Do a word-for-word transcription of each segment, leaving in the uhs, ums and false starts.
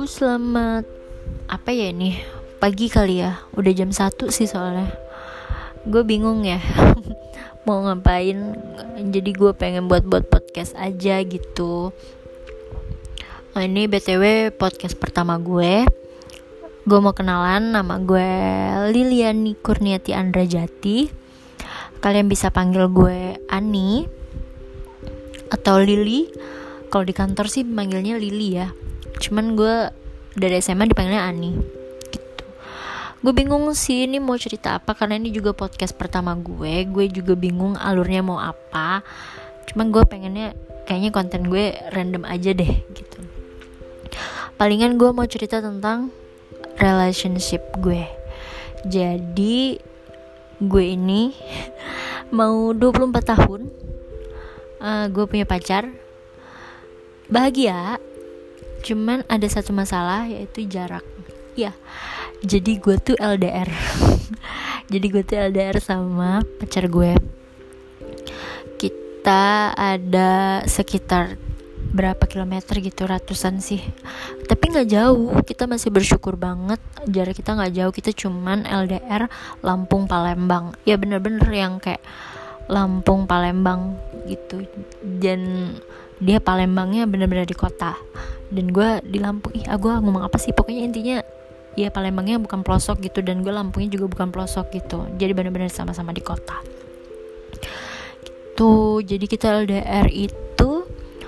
Selamat apa ya ini? Pagi kali ya. Udah jam satu sih soalnya. Gue bingung ya mau ngapain. Jadi gue pengen buat-buat podcast aja gitu. Nah, ini B T W podcast pertama gue. Gue mau kenalan, nama gue Liliani Kurniati Andrajati. Kalian bisa panggil gue Ani atau Lili. Kalau di kantor sih manggilnya Lili ya. Cuman gue dari S M A dipanggilnya Ani gitu. Gue bingung sih ini mau cerita apa, karena ini juga podcast pertama gue. Gue juga bingung alurnya mau apa. Cuman gue pengennya kayaknya konten gue random aja deh gitu. Palingan gue mau cerita tentang relationship gue. Jadi gue ini mau dua puluh empat tahun. uh, Gue punya pacar, bahagia. Cuman ada satu masalah, yaitu jarak. Ya, jadi gue tuh L D R. Jadi gue tuh L D R sama pacar gue. Kita ada sekitar berapa kilometer gitu, ratusan sih. Tapi gak jauh, kita masih bersyukur banget. Jarak kita gak jauh, kita cuman L D R Lampung Palembang. Ya bener-bener yang kayak Lampung Palembang gitu. Dan dia Palembangnya bener-bener di kota, dan gue di Lampung. Ih, ah, gue ngomong apa sih? Pokoknya intinya ya Palembangnya bukan pelosok gitu, dan gue Lampungnya juga bukan pelosok gitu. Jadi bener-bener sama-sama di kota gitu. Jadi kita L D R itu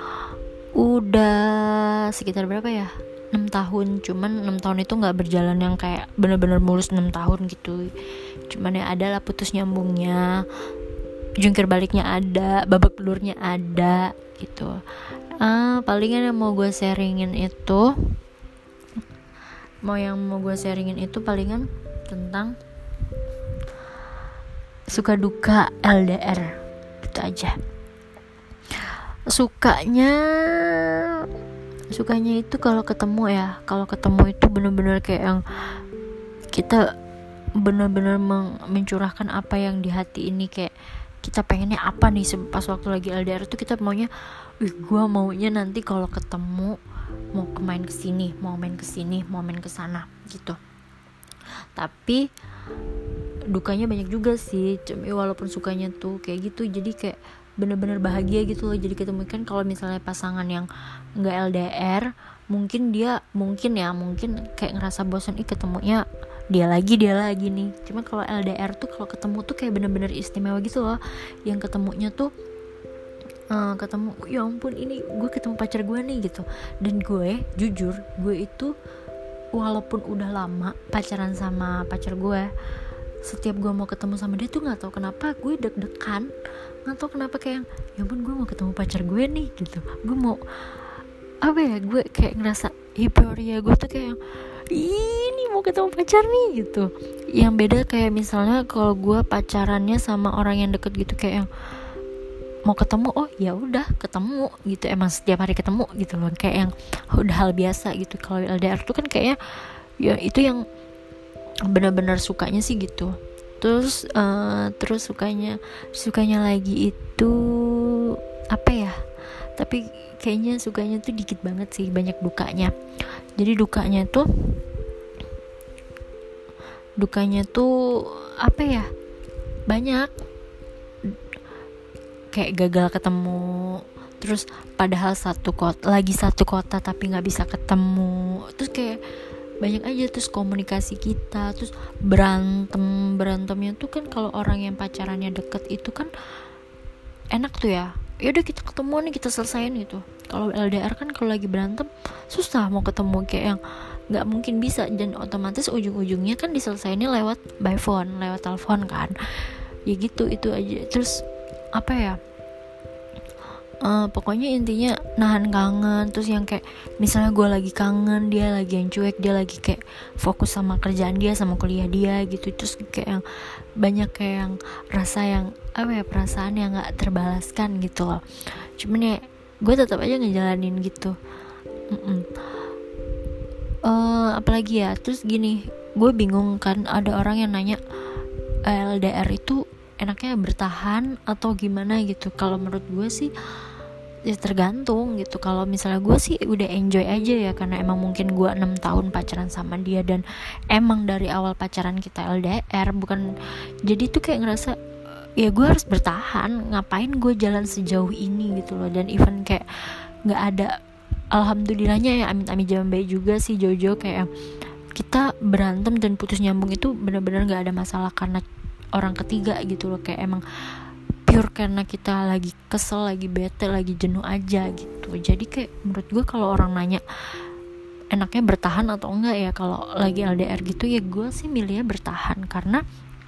udah sekitar berapa ya, enam tahun. Cuman enam tahun itu gak berjalan yang kayak bener-bener mulus enam tahun gitu. Cuman ya ada lah putus nyambungnya, jungkir baliknya ada, babak belurnya ada gitu. Uh, palingan yang mau gue sharingin itu mau yang mau gue sharingin itu palingan tentang suka duka L D R gitu aja. Sukanya sukanya itu kalau ketemu ya, kalau ketemu itu benar-benar kayak yang kita benar-benar meng- mencurahkan apa yang di hati ini. Kayak kita pengennya apa nih pas waktu lagi L D R itu, kita maunya, wih gue maunya nanti kalau ketemu mau main kesini, mau main kesini, mau main kesana gitu. Tapi dukanya banyak juga sih. Cuma walaupun sukanya tuh kayak gitu, jadi kayak bener-bener bahagia gitu loh. Jadi ketemu kan, kalau misalnya pasangan yang nggak L D R, mungkin dia mungkin ya mungkin kayak ngerasa bosan, ih ketemunya dia lagi dia lagi nih. Cuma kalau L D R tuh kalau ketemu tuh kayak bener-bener istimewa gitu loh. Yang ketemunya tuh uh, ketemu, ya ampun ini gue ketemu pacar gue nih gitu. Dan gue jujur, gue itu walaupun udah lama pacaran sama pacar gue, setiap gue mau ketemu sama dia tuh nggak tahu kenapa gue deg-degan, nggak tahu kenapa kayak, ya ampun gue mau ketemu pacar gue nih gitu. Gue mau apa ya, gue kayak ngerasa euforia gue tuh kayak ini mau ketemu pacar nih gitu. Yang beda kayak misalnya kalau gue pacarannya sama orang yang deket gitu, kayak yang mau ketemu, oh ya udah ketemu gitu, emang setiap hari ketemu gitu loh, kayak yang udah hal biasa gitu. Kalau L D R tuh kan kayaknya ya itu yang benar-benar sukanya sih gitu. Terus uh, terus sukanya sukanya lagi itu apa ya, tapi kayaknya sukanya tuh dikit banget sih, banyak dukanya. Jadi dukanya tuh dukanya tuh apa ya, banyak. Kayak gagal ketemu, terus padahal satu kota, lagi satu kota tapi nggak bisa ketemu. Terus kayak banyak aja. Terus komunikasi kita, terus berantem berantemnya tuh kan kalau orang yang pacarannya deket itu kan enak tuh ya, ya udah kita ketemu nih, kita selesain gitu. Kalau L D R kan kalau lagi berantem susah mau ketemu, kayak yang nggak mungkin bisa, dan otomatis ujung-ujungnya kan diselesainnya lewat by phone, lewat telepon kan. Ya gitu, itu aja. Terus apa ya, uh, pokoknya intinya nahan kangen. Terus yang kayak misalnya gue lagi kangen, dia lagi yang cuek, dia lagi kayak fokus sama kerjaan dia, sama kuliah dia gitu. Terus kayak yang banyak kayak yang rasa yang apa ya, perasaan yang nggak terbalaskan gitu loh. Cuman ya gue tetap aja ngejalanin gitu. Uh, apalagi ya, terus gini, gue bingung kan, ada orang yang nanya L D R itu enaknya bertahan atau gimana gitu. Kalau menurut gue sih ya tergantung gitu. Kalau misalnya gue sih udah enjoy aja ya, karena emang mungkin gue enam tahun pacaran sama dia dan emang dari awal pacaran kita L D R, bukan jadi tuh kayak ngerasa ya gue harus bertahan, ngapain gue jalan sejauh ini gitu loh. Dan even kayak nggak ada, alhamdulillahnya ya, amit-amit zaman baik juga sih Jojo, kayak kita berantem dan putus nyambung itu benar-benar nggak ada masalah karena orang ketiga gitu loh, kayak emang pure karena kita lagi kesel, lagi bete, lagi jenuh aja gitu. Jadi kayak menurut gue kalau orang nanya enaknya bertahan atau enggak ya kalau lagi L D R gitu, ya gue sih milihnya bertahan, karena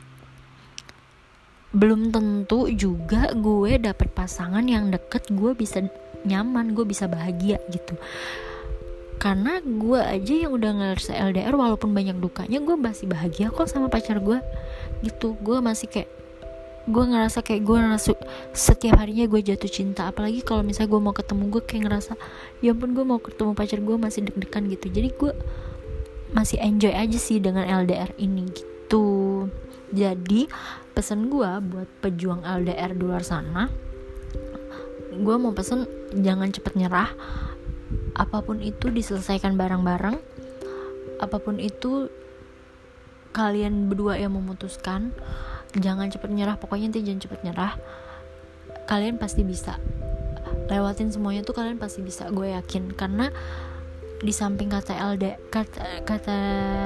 belum tentu juga gue dapet pasangan yang deket gue bisa nyaman, gue bisa bahagia gitu. Karena gue aja yang udah ngerasa L D R walaupun banyak dukanya, gue masih bahagia kok sama pacar gue gitu. Gue masih kayak, gue ngerasa kayak gue ngerasa setiap harinya gue jatuh cinta. Apalagi kalau misalnya gue mau ketemu, gue kayak ngerasa ya ampun gue mau ketemu pacar gue, masih deg-degan gitu. Jadi gue masih enjoy aja sih dengan L D R ini gitu. Jadi pesan gue buat pejuang L D R di luar sana, gue mau pesen jangan cepet nyerah. Apapun itu diselesaikan bareng-bareng, apapun itu kalian berdua yang memutuskan. Jangan cepet nyerah, pokoknya nanti jangan cepet nyerah. Kalian pasti bisa lewatin semuanya tuh, kalian pasti bisa, gue yakin. Karena di samping kata L D kata kata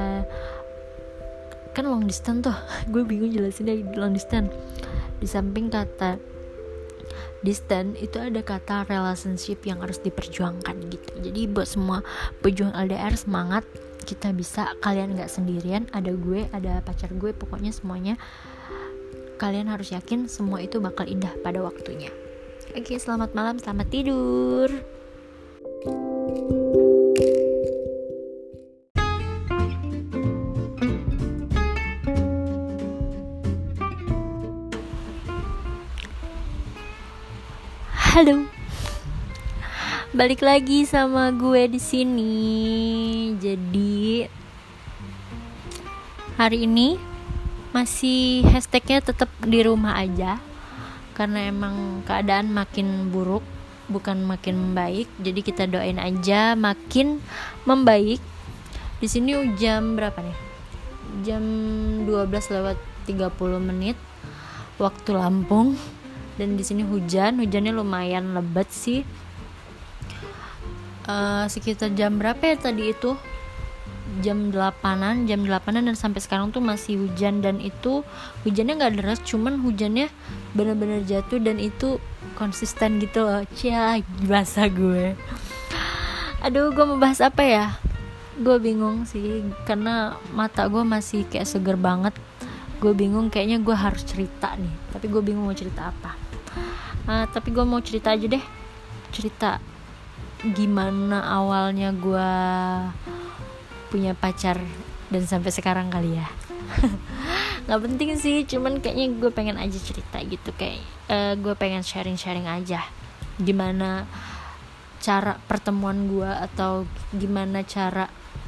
kan long distance tuh gue bingung jelasin dari long distance. Di samping kata distance itu ada kata relationship yang harus diperjuangkan gitu. Jadi buat semua pejuang L D R, semangat, kita bisa, kalian gak sendirian, ada gue, ada pacar gue, pokoknya semuanya kalian harus yakin semua itu bakal indah pada waktunya. Oke, selamat malam, selamat tidur. Halo, balik lagi sama gue di sini. Jadi hari ini masih hashtagnya tetap di rumah aja, karena emang keadaan makin buruk, bukan makin membaik. Jadi kita doain aja makin membaik. Di sini jam berapa nih? Jam dua belas lewat tiga puluh menit waktu Lampung. Dan di sini hujan, hujannya lumayan lebat sih. Uh, sekitar jam berapa ya tadi itu? Jam delapanan, jam delapanan dan sampai sekarang tuh masih hujan. Dan itu hujannya nggak deras, cuman hujannya benar-benar jatuh dan itu konsisten gitu loh. Cia, bahasa gue. Aduh, gue mau bahas apa ya? Gue bingung sih, karena mata gue masih kayak seger banget. Gue bingung, kayaknya gue harus cerita nih, tapi gue bingung mau cerita apa. Uh, tapi gue mau cerita aja deh, cerita gimana awalnya gue punya pacar dan sampai sekarang kali ya. Nggak penting sih, cuman kayaknya gue pengen aja cerita gitu, kayak uh, gue pengen sharing-sharing aja gimana cara pertemuan gue, atau gimana cara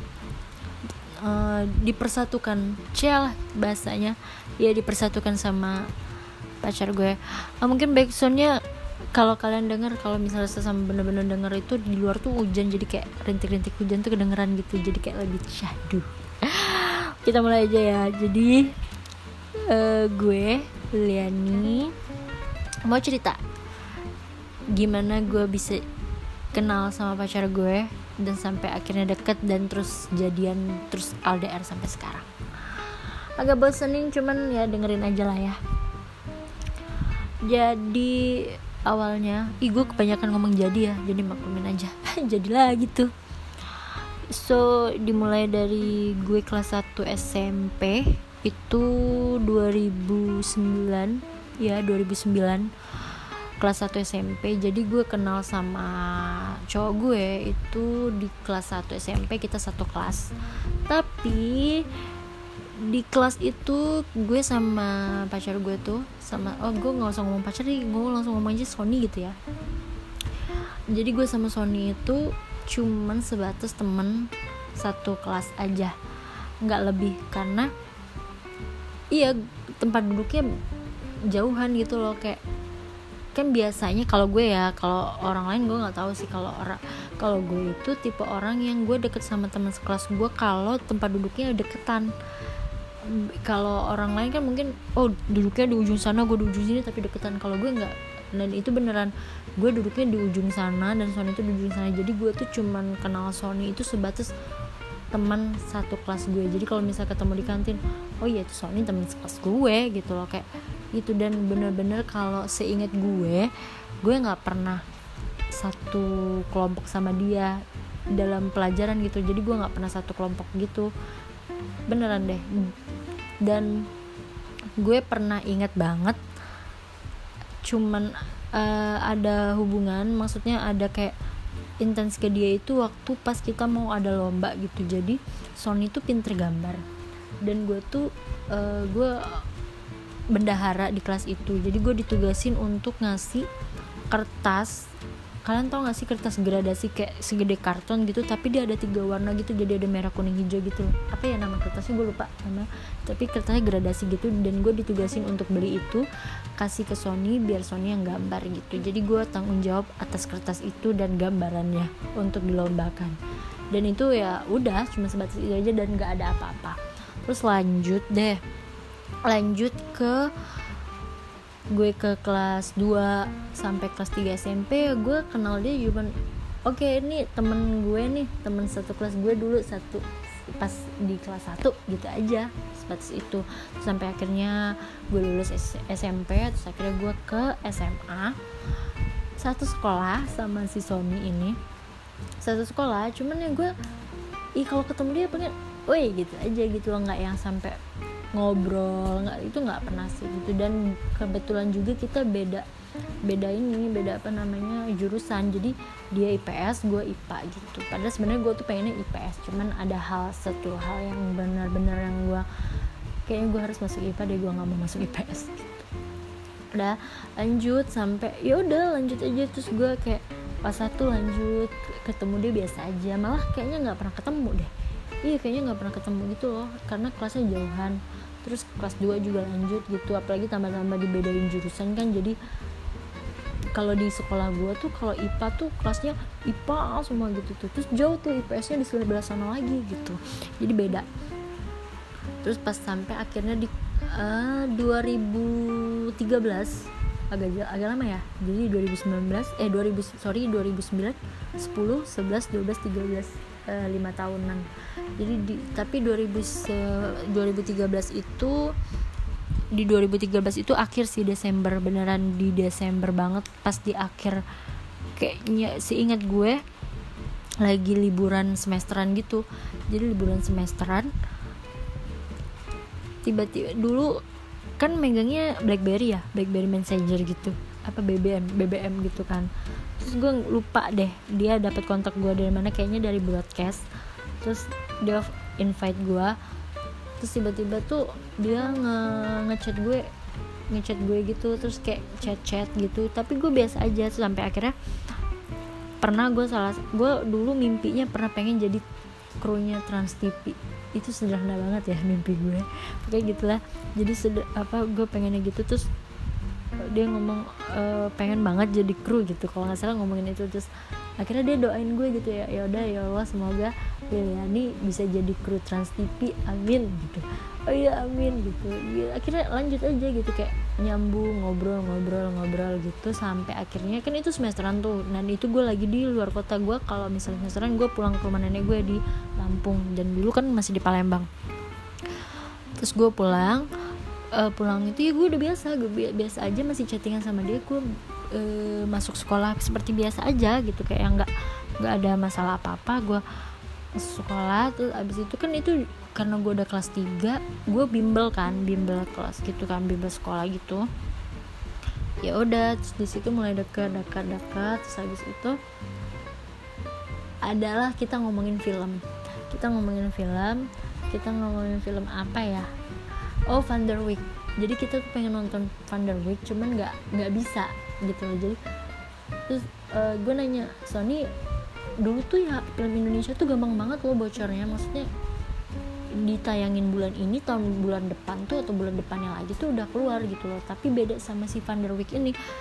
uh, dipersatukan, cialah bahasanya ya, dipersatukan sama pacar gue. Uh, mungkin backsoundnya kalau kalian dengar, kalau misalnya sesama bener-bener denger itu di luar tuh hujan, jadi kayak rintik-rintik hujan tuh kedengeran gitu, jadi kayak lebih syahdu. Kita mulai aja ya. Jadi uh, gue Liani mau cerita gimana gue bisa kenal sama pacar gue dan sampai akhirnya deket dan terus jadian, terus L D R sampai sekarang. Agak bosenin, cuman ya dengerin aja lah ya. Jadi awalnya, ih gue kebanyakan ngomong jadi ya, jadi maklumin aja. Jadilah gitu. So dimulai dari gue kelas satu S M P itu dua ribu sembilan, ya dua ribu sembilan, kelas satu S M P. Jadi gue kenal sama cowok gue itu di kelas satu S M P, kita satu kelas. Tapi di kelas itu gue sama pacar gue tuh sama, oh gue nggak usah ngomong pacar nih, gue langsung ngomong aja Sony gitu ya. Jadi gue sama Sony itu cuman sebatas temen satu kelas aja, nggak lebih, karena iya tempat duduknya jauhan gitu loh, kayak kan biasanya kalau gue ya, kalau orang lain gue nggak tahu sih. Kalau orang kalau gue itu tipe orang yang gue deket sama teman sekelas gue kalau tempat duduknya deketan. Kalau orang lain kan mungkin oh duduknya di ujung sana, gue di ujung sini tapi deketan. Kalau gue nggak, dan itu beneran gue duduknya di ujung sana dan Sony itu di ujung sana. Jadi gue tuh cuman kenal Sony itu sebatas teman satu kelas gue. Jadi kalau misalnya ketemu di kantin, oh iya itu Sony teman sekelas gue gitu loh, kayak gitu. Dan bener-bener kalau seingat gue gue nggak pernah satu kelompok sama dia dalam pelajaran gitu. Jadi gue nggak pernah satu kelompok gitu, beneran deh. Dan gue pernah ingat banget cuman uh, ada hubungan, maksudnya ada kayak intens ke dia itu waktu pas kita mau ada lomba gitu. Jadi Sony tuh pinter gambar dan gue tuh uh, gue bendahara di kelas itu. Jadi gue ditugasin untuk ngasih kertas, kalian tau gak sih kertas gradasi kayak segede karton gitu, tapi dia ada tiga warna gitu, jadi ada merah, kuning, hijau gitu. Apa ya nama kertasnya, gue lupa namanya, tapi kertasnya gradasi gitu. Dan gue ditugasin untuk beli itu, kasih ke Sony biar Sony yang gambar gitu. Jadi gue tanggung jawab atas kertas itu dan gambarannya untuk dilombakan. Dan itu ya udah cuma sebatas itu aja dan gak ada apa-apa. Terus lanjut deh lanjut ke gue ke kelas dua sampai kelas tiga S M P. Gue kenal dia cuman oke okay, ini temen gue nih, temen satu kelas gue dulu satu pas di kelas satu gitu aja, sebatas itu. Sampai akhirnya gue lulus S M P, terus akhirnya gue ke S M A, satu sekolah sama si Sony ini, satu sekolah. Cuman ya gue ih kalau ketemu dia pengen woi gitu aja gitu loh, nggak yang sampai ngobrol, nggak, itu nggak pernah sih gitu. Dan kebetulan juga kita beda beda ini beda apa namanya jurusan, jadi dia I P S, gue I P A gitu. Padahal sebenarnya gue tuh pengennya I P S, cuman ada hal satu hal yang benar-benar yang gue kayaknya gue harus masuk I P A deh, gue nggak mau masuk I P S gitu. Udah lanjut sampai ya udah lanjut aja. Terus gue kayak pas satu lanjut ketemu dia biasa aja, malah kayaknya nggak pernah ketemu deh. Iya kayaknya nggak pernah ketemu gitu loh, karena kelasnya jauhan. Terus kelas dua juga lanjut gitu, apalagi tambah-tambah dibedain jurusan kan. Jadi kalau di sekolah gue tuh kalau I P A tuh kelasnya I P A semua gitu tuh, terus jauh tuh I P S-nya di sebelah sana lagi gitu, jadi beda. Terus pas sampai akhirnya di uh, dua ribu tiga belas agak agak lama ya, jadi dua ribu sembilan belas eh dua ribu sorry dua ribu sembilan, sepuluh, sebelas, dua belas, tiga belas, uh, lima tahunan. Jadi di, tapi dua ribu tiga belas itu di dua ribu tiga belas itu akhir sih, Desember, beneran di Desember banget, pas di akhir kayaknya seingat gue lagi liburan semesteran gitu. Jadi liburan semesteran tiba-tiba dulu kan megangnya BlackBerry ya, BlackBerry Messenger gitu, apa B B M B B M gitu kan. Terus gue lupa deh dia dapat kontak gue dari mana, kayaknya dari broadcast. Terus dia invite gue, terus tiba-tiba tuh dia nge ngechat gue ngechat gue gitu, terus kayak chat-chat gitu, tapi gue biasa aja. Terus sampai akhirnya pernah gue salah gue dulu mimpinya pernah pengen jadi krunya Trans T V. Itu sederhana banget ya mimpi gue, kayak gitulah. Jadi seder, apa gue pengennya gitu. Terus dia ngomong e, pengen banget jadi kru gitu kalau nggak salah ngomongin itu. Terus akhirnya dia doain gue gitu ya, ya udah ya Allah semoga Liliani bisa jadi kru Trans T V, amin gitu. Oh iya amin gitu ya. Akhirnya lanjut aja gitu, kayak nyambung ngobrol-ngobrol-ngobrol gitu sampai akhirnya kan itu semesteran tuh. Dan itu gue lagi di luar kota. Gue kalau misalnya semesteran gue pulang ke rumah nenek gue di Lampung, dan dulu kan masih di Palembang. Terus gue pulang uh, pulang itu ya gue udah biasa, gue bi- biasa aja masih chattingan sama dia. Gue uh, masuk sekolah seperti biasa aja gitu, kayak nggak nggak ada masalah apa-apa. Gue masuk sekolah, terus abis itu kan itu karena gue udah kelas tiga, gue bimbel kan, bimbel kelas gitu kan, bimbel sekolah gitu. Ya udah, terus di situ mulai dekat dekat dekat terus habis itu adalah kita ngomongin film. Kita ngomongin film, kita ngomongin film apa ya? Oh, Van der Wijk. Jadi kita tuh pengen nonton Van der Wijk, cuman nggak nggak bisa gitu loh. Jadi terus uh, gue nanya Sony, dulu tuh ya film Indonesia tuh gampang banget loh bocornya, maksudnya ditayangin bulan ini, tahun bulan depan tuh atau bulan depannya lagi tuh udah keluar gitu loh. Tapi beda sama si Van der Wijk ini,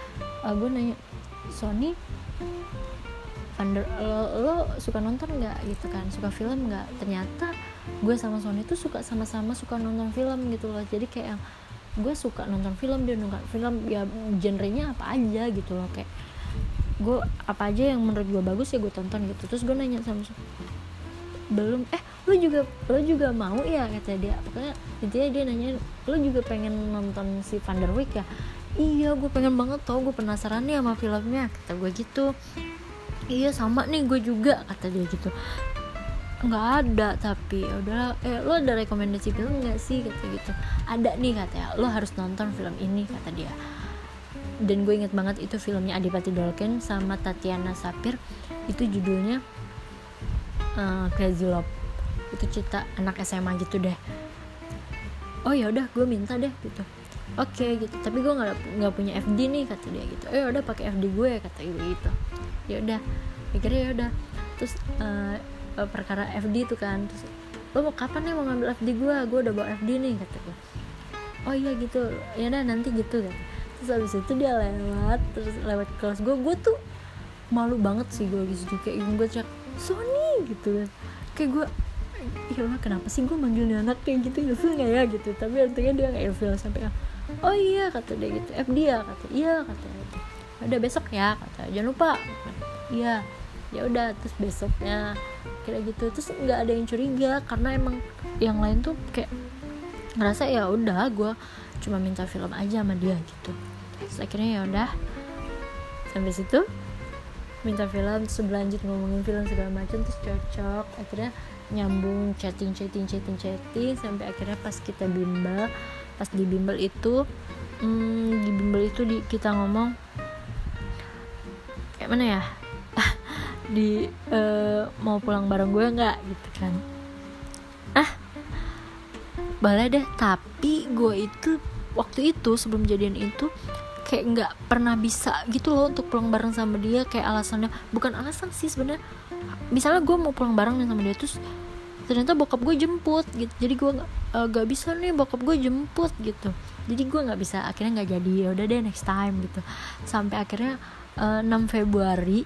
uh, gue nanya, Sony, Vander, lo, lo suka nonton nggak gitu kan, suka film nggak? Ternyata gue sama Sony tuh suka sama-sama suka nonton film gitu loh. Jadi kayak gue suka nonton film, dia nonton film, ya genrenya apa aja gitu loh, kayak gue apa aja yang menurut gue bagus ya gue tonton gitu. Terus gue nanya sama belum eh lo juga lo juga mau ya, kata dia. Pokoknya intinya dia nanya, lo juga pengen nonton si Van der Wijk ya? Iya, gue pengen banget tau, gue penasaran nih sama filmnya, kata gue gitu. Iya sama nih gue juga, kata dia gitu. Nggak ada, tapi udah, eh lo ada rekomendasi film nggak sih, kata gitu. Ada nih, katanya, lo harus nonton film ini, kata dia. Dan gue inget banget itu filmnya Adipati Dolken sama Tatiana Sapir. Itu judulnya uh, Crazy Love. Itu cerita anak S M A gitu deh. Oh ya udah, gue minta deh gitu. Oke okay, gitu, tapi gue nggak nggak punya F D nih, kata dia gitu. Eh udah pakai F D gue, kata gue gitu. Ya udah, akhirnya ya udah. Terus uh, perkara F D itu kan, terus lo mau kapan nih mau ngambil F D gue? Gue udah bawa F D nih, kata gue. Oh iya gitu, ya udah nanti gitu kan. Terus abis itu dia lewat, terus lewat kelas gue, gue tuh malu banget sih gue gitu, kayak gue cek Sony gitu kan, kayak gue, ya Allah kenapa sih gue manggilnya anak kayak gitu, ilfil nggak ya gitu. Tapi artinya dia nggak ilfil sampai, oh iya kata dia gitu, F D ya, kata iya, kata gitu. Udah besok ya, kata jangan lupa. Iya, ya udah. Terus besoknya kayak gitu, terus nggak ada yang curiga karena emang yang lain tuh kayak ngerasa ya udah gue cuma minta film aja sama dia gitu. Terus akhirnya ya udah sampai situ minta film, terus berlanjut ngomongin film segala macam, terus cocok, akhirnya nyambung chatting chatting chatting chatting sampai akhirnya pas kita bimbel, pas di bimbel itu hmm, di bimbel itu di, kita ngomong kayak mana ya di uh, mau pulang bareng gue nggak gitu kan. Ah boleh deh, tapi gue itu waktu itu sebelum jadian itu kayak nggak pernah bisa gitu loh untuk pulang bareng sama dia. Kayak alasannya bukan alasan sih sebenarnya, misalnya gue mau pulang bareng nih sama dia, terus ternyata bokap gue jemput gitu, jadi gue nggak uh, nggak bisa nih, bokap gue jemput gitu, jadi gue nggak bisa, akhirnya nggak jadi. Ya udah deh next time gitu. Sampai akhirnya uh, enam Februari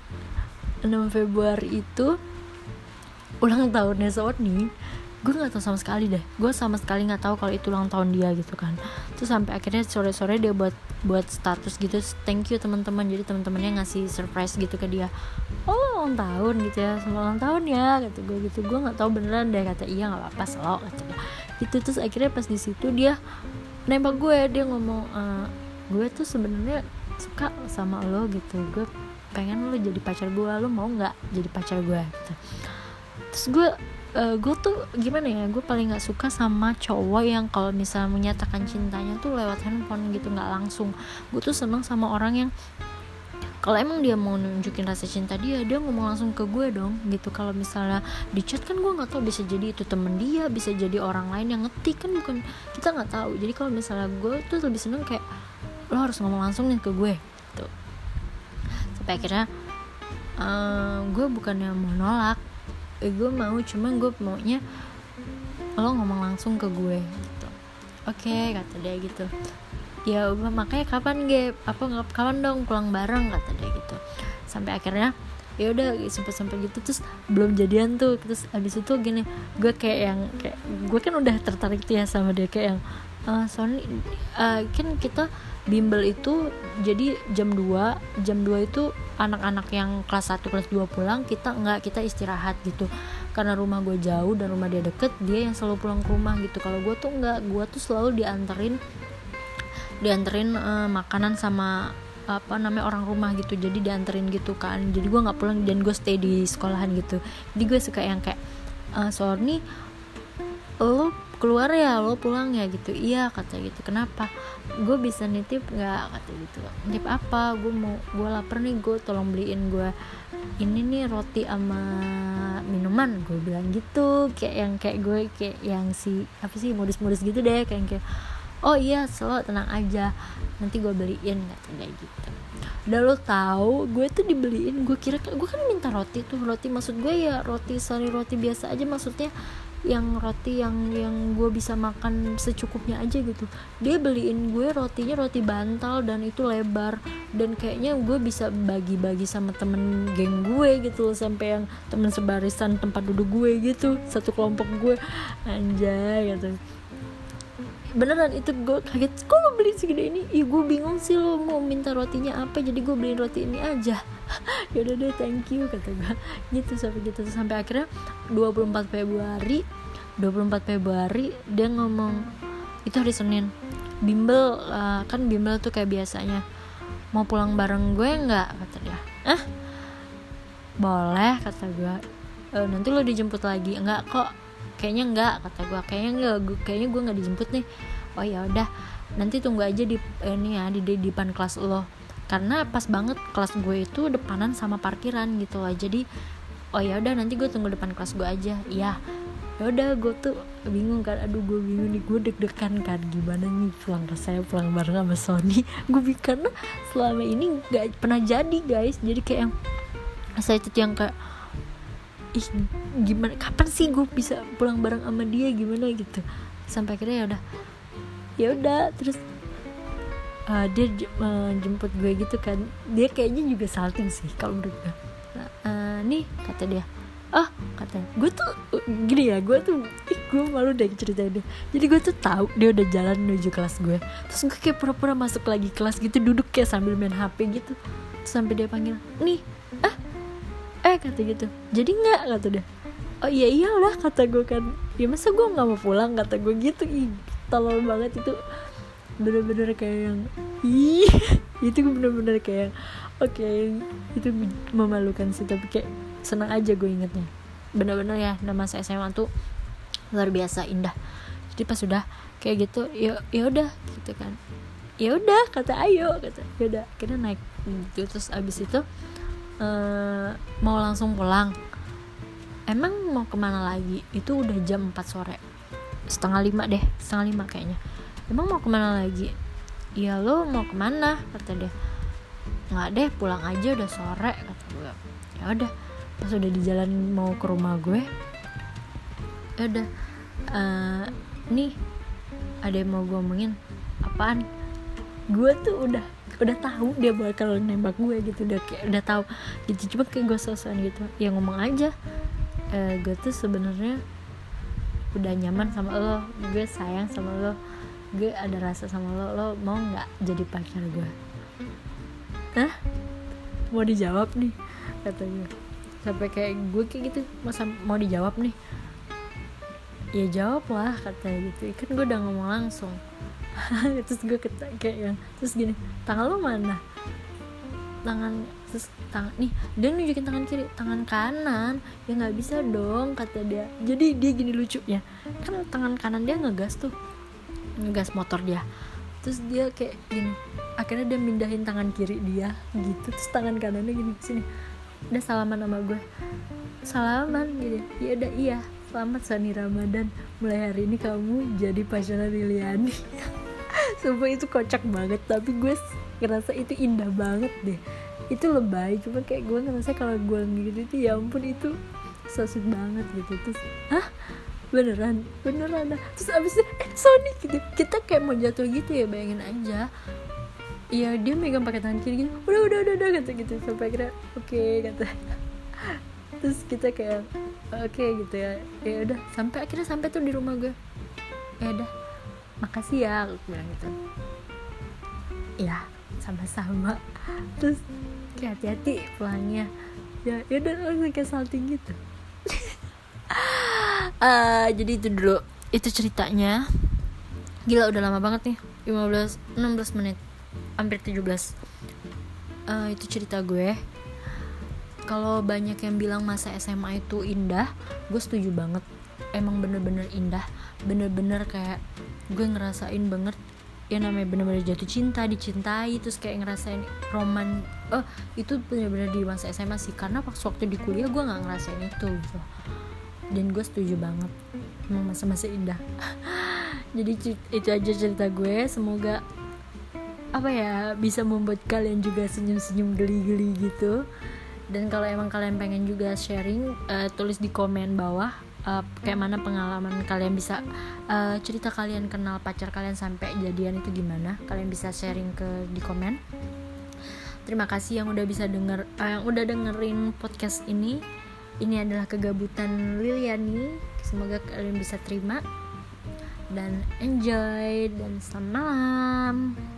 itu ulang tahunnya Sony. Gue nggak tahu sama sekali deh, gue sama sekali nggak tahu kalau itu ulang tahun dia gitu kan. Terus sampai akhirnya sore-sore dia buat buat status gitu, thank you teman-teman. Jadi teman-temannya ngasih surprise gitu ke dia, oh ulang tahun gitu ya, selamat ulang tahun ya, kata gue gitu. Gue nggak tahu beneran deh, kata iya nggak apa-apa slow, kata dia gitu. Terus akhirnya pas di situ dia nembak gue, dia ngomong e, gue tuh sebenarnya suka sama lo gitu, gue pengen lo jadi pacar gue, lo mau nggak jadi pacar gue gitu. Terus gue uh, gue tuh gimana ya, gue paling nggak suka sama cowok yang kalau misalnya menyatakan cintanya tuh lewat handphone gitu, nggak langsung. Gue tuh seneng sama orang yang kalau emang dia mau nunjukin rasa cinta dia, dia ngomong langsung ke gue dong gitu. Kalau misalnya di chat kan gue nggak tahu, bisa jadi itu temen dia, bisa jadi orang lain yang ngetik kan, bukan, kita nggak tahu. Jadi kalau misalnya gue tuh lebih seneng kayak lo harus ngomong langsung nih ke gue gitu. Sampai akhirnya uh, gue bukannya mau nolak, eh, gue mau, cuma gue maunya lo ngomong langsung ke gue gitu. Oke, okay, kata dia gitu. Ya udah, makanya kapan Gap, apa nggak kapan dong pulang bareng, kata dia gitu. Sampai akhirnya ya udah sempet-sempet gitu, terus belum jadian tuh. Terus abis itu gini, gue kayak yang kayak gue kan udah tertarik tuh ya sama dia, kayak yang uh, Sony uh, kan kita bimbel itu jadi jam dua itu anak-anak yang kelas satu kelas dua pulang, kita enggak, kita istirahat gitu. Karena rumah gue jauh dan rumah dia deket, dia yang selalu pulang ke rumah gitu. Kalau gue tuh enggak, gue tuh selalu dianterin dianterin uh, makanan sama apa namanya orang rumah gitu, jadi dianterin gitu kan. Jadi gue nggak pulang dan gue stay di sekolahan gitu. Jadi gue suka yang kayak uh, Sony, lo keluar ya, lo pulang ya gitu. Iya, kata gitu. Kenapa? Gue bisa nitip nggak, kata gitu. Nitip apa? Gue mau, gue lapar nih, gue tolong beliin gue ini nih roti sama minuman, gue bilang gitu. Kayak yang kayak gue kayak yang si apa sih modus-modus gitu deh, kayak kayak oh iya selalu tenang aja, nanti gue beliin, kata dia gitu. Udah lo tahu, gue tuh dibeliin, gue kira gue kan minta roti tuh, roti maksud gue ya roti sari roti biasa aja, maksudnya yang roti yang yang gue bisa makan secukupnya aja gitu. Dia beliin gue rotinya roti bantal dan itu lebar, dan kayaknya gue bisa bagi-bagi sama temen geng gue gitu, sampai yang temen sebarisan tempat duduk gue gitu, satu kelompok gue, anjay gitu. Beneran itu gue kaget, kok lo beli segede ini? Ih gue bingung sih lo mau minta rotinya apa, jadi gue beliin roti ini aja. Yaudah deh, thank you kata gue gitu. Sampai gitu sampai akhirnya dua puluh empat Februari dia ngomong, itu hari Senin, bimbel uh, kan bimbel tuh kayak biasanya, mau pulang bareng gue nggak, kata dia. Ah boleh kata gue, e, nanti lo dijemput lagi? Enggak kok, kayaknya enggak kata gue, kayaknya enggak, kayaknya gue nggak dijemput nih. Oh ya udah, nanti tunggu aja di ini ya, di, di depan kelas lo, karena pas banget kelas gue itu depanan sama parkiran gitu lah. Jadi oh ya udah, nanti gue tunggu depan kelas gue aja. Iya. Ya udah, gue tuh bingung kan, aduh gue bingung nih, gue deg-degan kan, gimana nih pulang rasanya pulang bareng sama Sony. Gue pikir karena selama ini nggak pernah jadi guys, jadi kayak yang saya itu yang kayak, ih gimana, kapan sih gue bisa pulang bareng sama dia, gimana gitu. Sampai akhirnya ya udah ya udah terus uh, dia uh, jemput gue gitu kan. Dia kayaknya juga salting sih kalau menurut gue. Nah, uh, nih kata dia, ah katanya, gue tuh gini ya, gue tuh ih gue malu deh ceritain dia. Jadi gue tuh tahu dia udah jalan menuju kelas gue, terus gue kayak pura-pura masuk lagi kelas gitu, duduk kayak sambil main H P gitu. Terus sampai dia panggil, nih ah eh kata gitu, jadi nggak, kata dia. Oh iya iyalah kata gue kan, ya masa gue nggak mau pulang, kata gue gitu. Ih tolol banget itu, bener-bener kayak yang ih itu bener-bener kayak oke okay, itu memalukan sih, tapi kayak senang aja gue ingetnya. Bener-bener ya, masa S M A tuh luar biasa indah. Jadi pas sudah kayak gitu, ya ya udah gitu kan, ya udah kata ayo kata, ya udah kita naik gitu. Terus abis itu uh, mau langsung pulang. Emang mau kemana lagi? Itu udah jam empat sore, setengah lima deh, setengah lima kayaknya. Emang mau kemana lagi? Ya lo mau kemana, kata dia. Nggak deh, pulang aja udah sore, kata gue. Ya udah, pas udah di jalan mau ke rumah gue, ya udah uh, nih ada yang mau gue omongin. Apaan? Gue tuh udah udah tahu dia bakal nembak gue gitu, udah kayak udah tahu gitu, cuma kayak gue sosokan gitu ya ngomong aja, e, gue tuh sebenarnya udah nyaman sama lo, gue sayang sama lo, gue ada rasa sama lo, lo mau nggak jadi pacar gue? Hah? Mau dijawab nih, katanya. Sampai kayak gue kayak gitu, masa mau dijawab nih? Ya jawab lah, katanya gitu. Kan gue udah ngomong langsung. Terus gue kata kayak yang, terus gini, tangan lo mana? Tangan, terus tangan nih, dia nunjukin tangan kiri, tangan kanan. Ya nggak bisa dong, kata dia. Jadi dia gini lucunya, kan tangan kanan dia ngegas tuh, ngegas motor dia. Terus dia kayak gini, akhirnya dia mindahin tangan kiri dia gitu, terus tangan kanannya gini sini. Udah salaman sama gue, salaman gitu. Ya udah iya, selamat Sani Ramadan, mulai hari ini kamu jadi pacarnya Liliani. Sumpah itu kocak banget, tapi gue ngerasa itu indah banget deh. Itu lebay, cuma kayak gue ngerasa kalau gue gitu itu ya ampun itu so sweet banget gitu. Terus hah beneran beneran dah. Terus abisnya eh Sony gitu, kita kayak mau jatuh gitu ya, bayangin aja. Iya dia megang pakai tangan kiri gitu, udah udah udah udah kata gitu. Sampai akhirnya oke okay, kata. Terus kita kayak oke okay, gitu ya. Ya udah sampai akhirnya sampai tuh di rumah gue. Ya udah, makasih ya, aku bilang gitu. Ya sama-sama. Terus kayak hati-hati pulangnya. Ya ya udah langsung kayak salting gitu. uh, jadi itu dulu, itu ceritanya. Gila udah lama banget nih, lima belas enam belas menit, hampir tujuh belas. uh, Itu cerita gue. Kalau banyak yang bilang masa S M A itu indah, gue setuju banget. Emang bener-bener indah, bener-bener kayak gue ngerasain banget ya namanya bener-bener jatuh cinta, dicintai, terus kayak ngerasain roman. Oh itu bener-bener di masa S M A sih, karena pas waktu di kuliah gue nggak ngerasain itu gitu. Dan gue setuju banget, emang masa-masa indah. Jadi itu aja cerita gue, semoga apa ya bisa membuat kalian juga senyum-senyum geli-geli gitu. Dan kalau emang kalian pengen juga sharing, uh, tulis di komen bawah uh, kayak mana pengalaman kalian, bisa uh, cerita kalian kenal pacar kalian sampai jadian itu gimana, kalian bisa sharing ke di komen. Terima kasih yang udah bisa denger uh, yang udah dengerin podcast ini. Ini adalah kegabutan Liliani. Semoga kalian bisa terima dan enjoy, dan selamat malam.